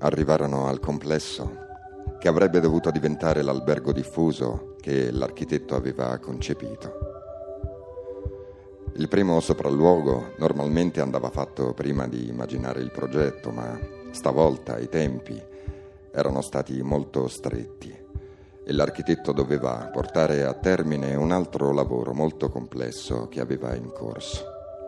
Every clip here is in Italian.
arrivarono al complesso che avrebbe dovuto diventare l'albergo diffuso che l'architetto aveva concepito. Il primo sopralluogo normalmente andava fatto prima di immaginare il progetto, ma stavolta i tempi erano stati molto stretti e l'architetto doveva portare a termine un altro lavoro molto complesso che aveva in corso.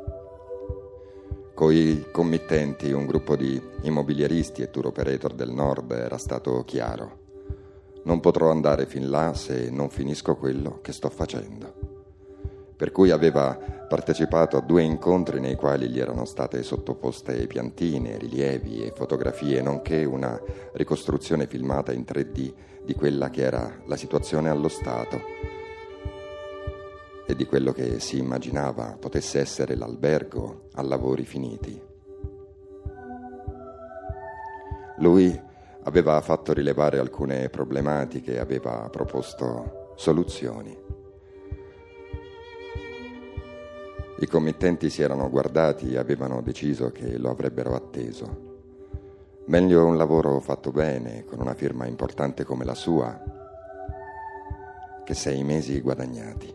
Coi committenti, un gruppo di immobiliaristi e tour operator del nord, era stato chiaro: non potrò andare fin là se non finisco quello che sto facendo. Per cui aveva partecipato a 2 incontri nei quali gli erano state sottoposte piantine, rilievi e fotografie, nonché una ricostruzione filmata in 3D di quella che era la situazione allo Stato e di quello che si immaginava potesse essere l'albergo a lavori finiti. Lui aveva fatto rilevare alcune problematiche e aveva proposto soluzioni. I committenti si erano guardati e avevano deciso che lo avrebbero atteso. Meglio un lavoro fatto bene, con una firma importante come la sua, che 6 mesi guadagnati.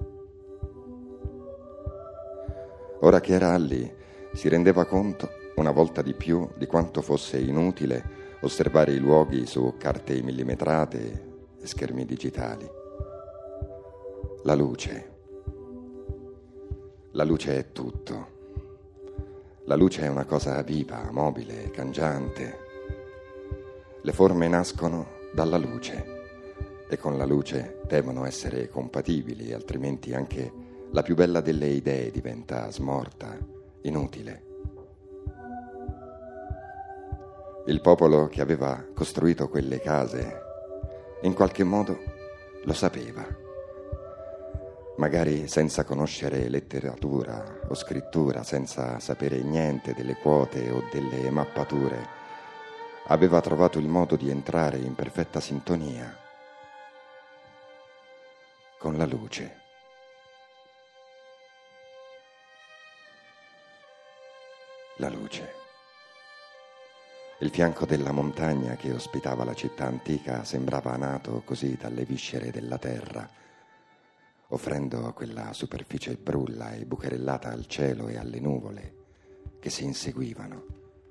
Ora che era lì, si rendeva conto, una volta di più, di quanto fosse inutile osservare i luoghi su carte millimetrate e schermi digitali. La luce è tutto. La luce è una cosa viva, mobile, cangiante. Le forme nascono dalla luce e con la luce devono essere compatibili, altrimenti anche la più bella delle idee diventa smorta, inutile. Il popolo che aveva costruito quelle case in qualche modo lo sapeva, magari senza conoscere letteratura o scrittura, senza sapere niente delle quote o delle mappature, aveva trovato il modo di entrare in perfetta sintonia con la luce. La luce. Il fianco della montagna che ospitava la città antica sembrava nato così dalle viscere della terra, offrendo quella superficie brulla e bucherellata al cielo e alle nuvole che si inseguivano.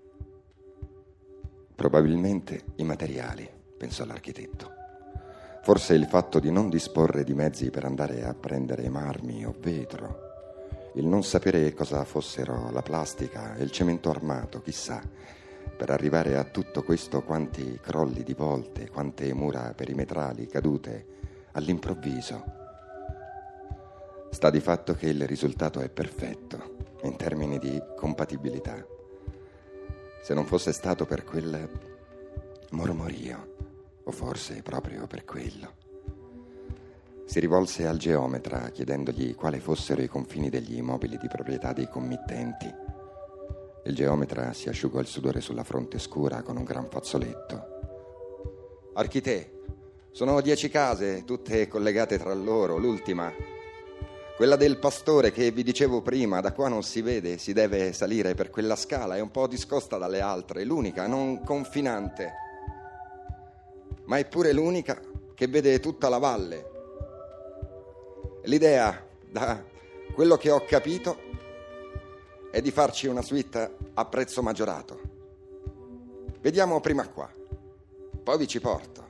Probabilmente i materiali, pensò l'architetto. Forse il fatto di non disporre di mezzi per andare a prendere marmi o vetro, il non sapere cosa fossero la plastica e il cemento armato, chissà, per arrivare a tutto questo quanti crolli di volte, quante mura perimetrali cadute all'improvviso. Sta di fatto che il risultato è perfetto in termini di compatibilità. Se non fosse stato per quel mormorio, o forse proprio per quello. Si rivolse al geometra chiedendogli quali fossero i confini degli immobili di proprietà dei committenti. Il geometra si asciugò il sudore sulla fronte scura con un gran fazzoletto. Architè, sono 10 case, tutte collegate tra loro. L'ultima, quella del pastore che vi dicevo prima, da qua non si vede, si deve salire per quella scala, è un po' discosta dalle altre, l'unica, non confinante, ma è pure l'unica che vede tutta la valle. L'idea, da quello che ho capito, è di farci una suite a prezzo maggiorato. Vediamo prima qua, poi vi ci porto.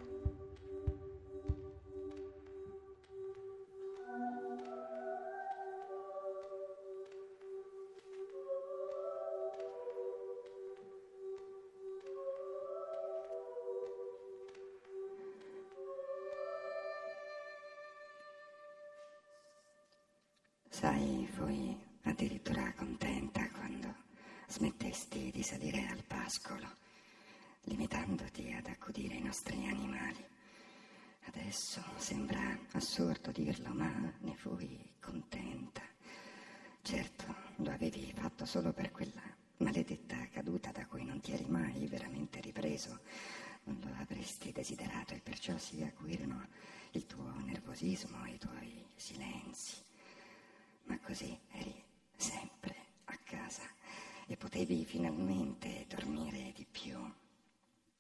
Sai, fui addirittura contenta quando smettesti di salire al pascolo, limitandoti ad accudire i nostri animali. Adesso sembra assurdo dirlo, ma ne fui contenta. Certo, lo avevi fatto solo per quella maledetta caduta da cui non ti eri mai veramente ripreso. Non lo avresti desiderato e perciò si acuirono il tuo nervosismo e i tuoi silenzi. Ma così eri sempre a casa e potevi finalmente dormire di più.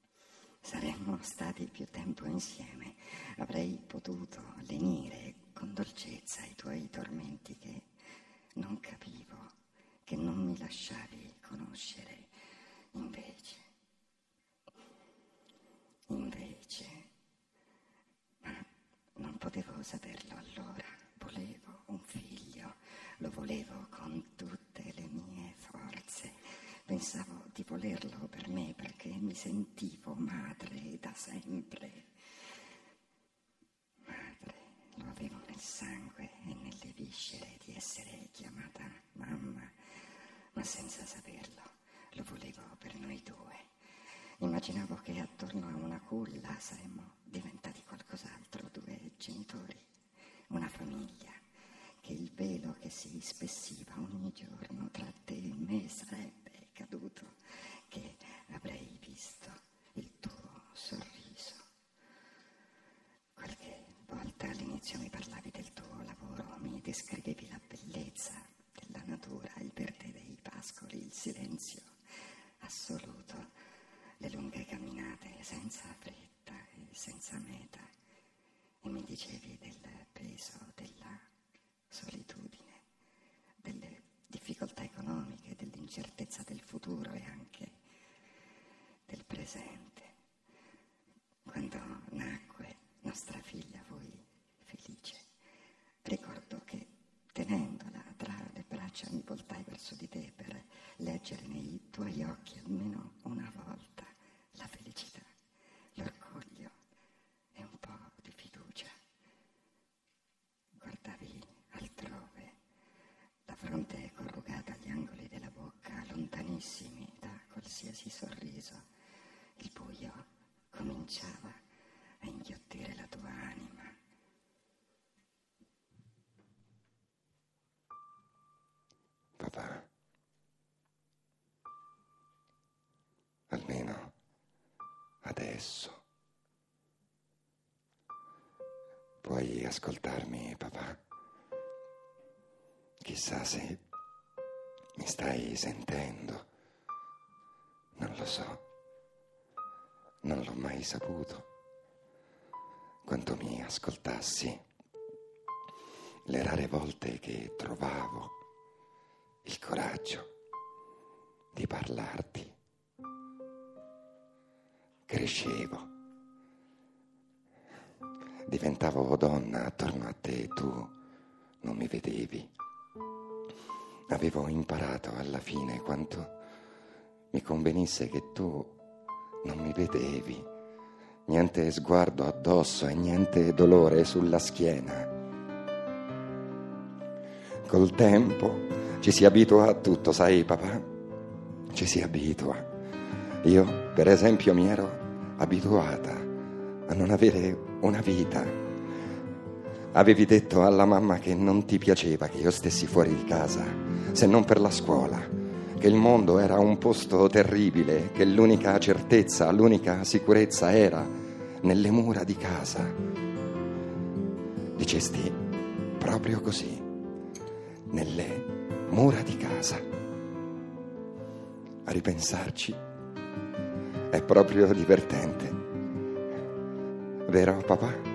fossimo stati più tempo insieme, avrei potuto lenire con dolcezza i tuoi tormenti che non capivo, che non mi lasciavi conoscere. Invece, ma non potevo saperlo allora. Volevo un figlio, lo volevo con tutte le mie forze. Pensavo di volerlo per me perché mi sentivo madre da sempre. Madre, lo avevo nel sangue e nelle viscere di essere chiamata mamma, ma senza saperlo lo volevo per noi due. Immaginavo che attorno a una culla saremmo diventati qualcos'altro, due genitori, una famiglia, che il velo che si spessiva ogni giorno tra te e me sarebbe caduto, che avrei visto il tuo sorriso. Qualche volta all'inizio mi parlavi del tuo lavoro, mi descrivevi la bellezza della natura, il verde dei pascoli, il silenzio assoluto, le lunghe camminate senza fretta e senza meta, e mi dicevi del peso della solitudine, delle difficoltà economiche, dell'incertezza del futuro e anche del presente. Quando nacque nostra figlia, voi felice, ricordo che tenendola tra le braccia mi voltai verso di te per leggere nei tuoi occhi almeno una volta la felicità, l'orgoglio e un po' di fiducia. Guardavi altrove, la fronte corrugata agli angoli della bocca, lontanissimi da qualsiasi sorriso. Il buio cominciava a inghiottire la tua anima. Papà, almeno adesso puoi ascoltarmi, papà? Chissà se mi stai sentendo. Non lo so, non l'ho mai saputo. Quanto mi ascoltassi, le rare volte che trovavo il coraggio di parlarti. Crescevo, diventavo donna attorno a te e tu non mi vedevi. Avevo imparato alla fine quanto mi convenisse che tu non mi vedevi. Niente sguardo addosso e niente dolore sulla schiena. Col tempo ci si abitua a tutto, sai, papà? Ci si abitua. Io, per esempio, mi ero abituata a non avere una vita. Avevi detto alla mamma che non ti piaceva che io stessi fuori di casa, se non per la scuola, che il mondo era un posto terribile, che l'unica certezza, l'unica sicurezza era nelle mura di casa. Dicesti proprio così, nelle mura di casa. A ripensarci è proprio divertente. Vero, papà?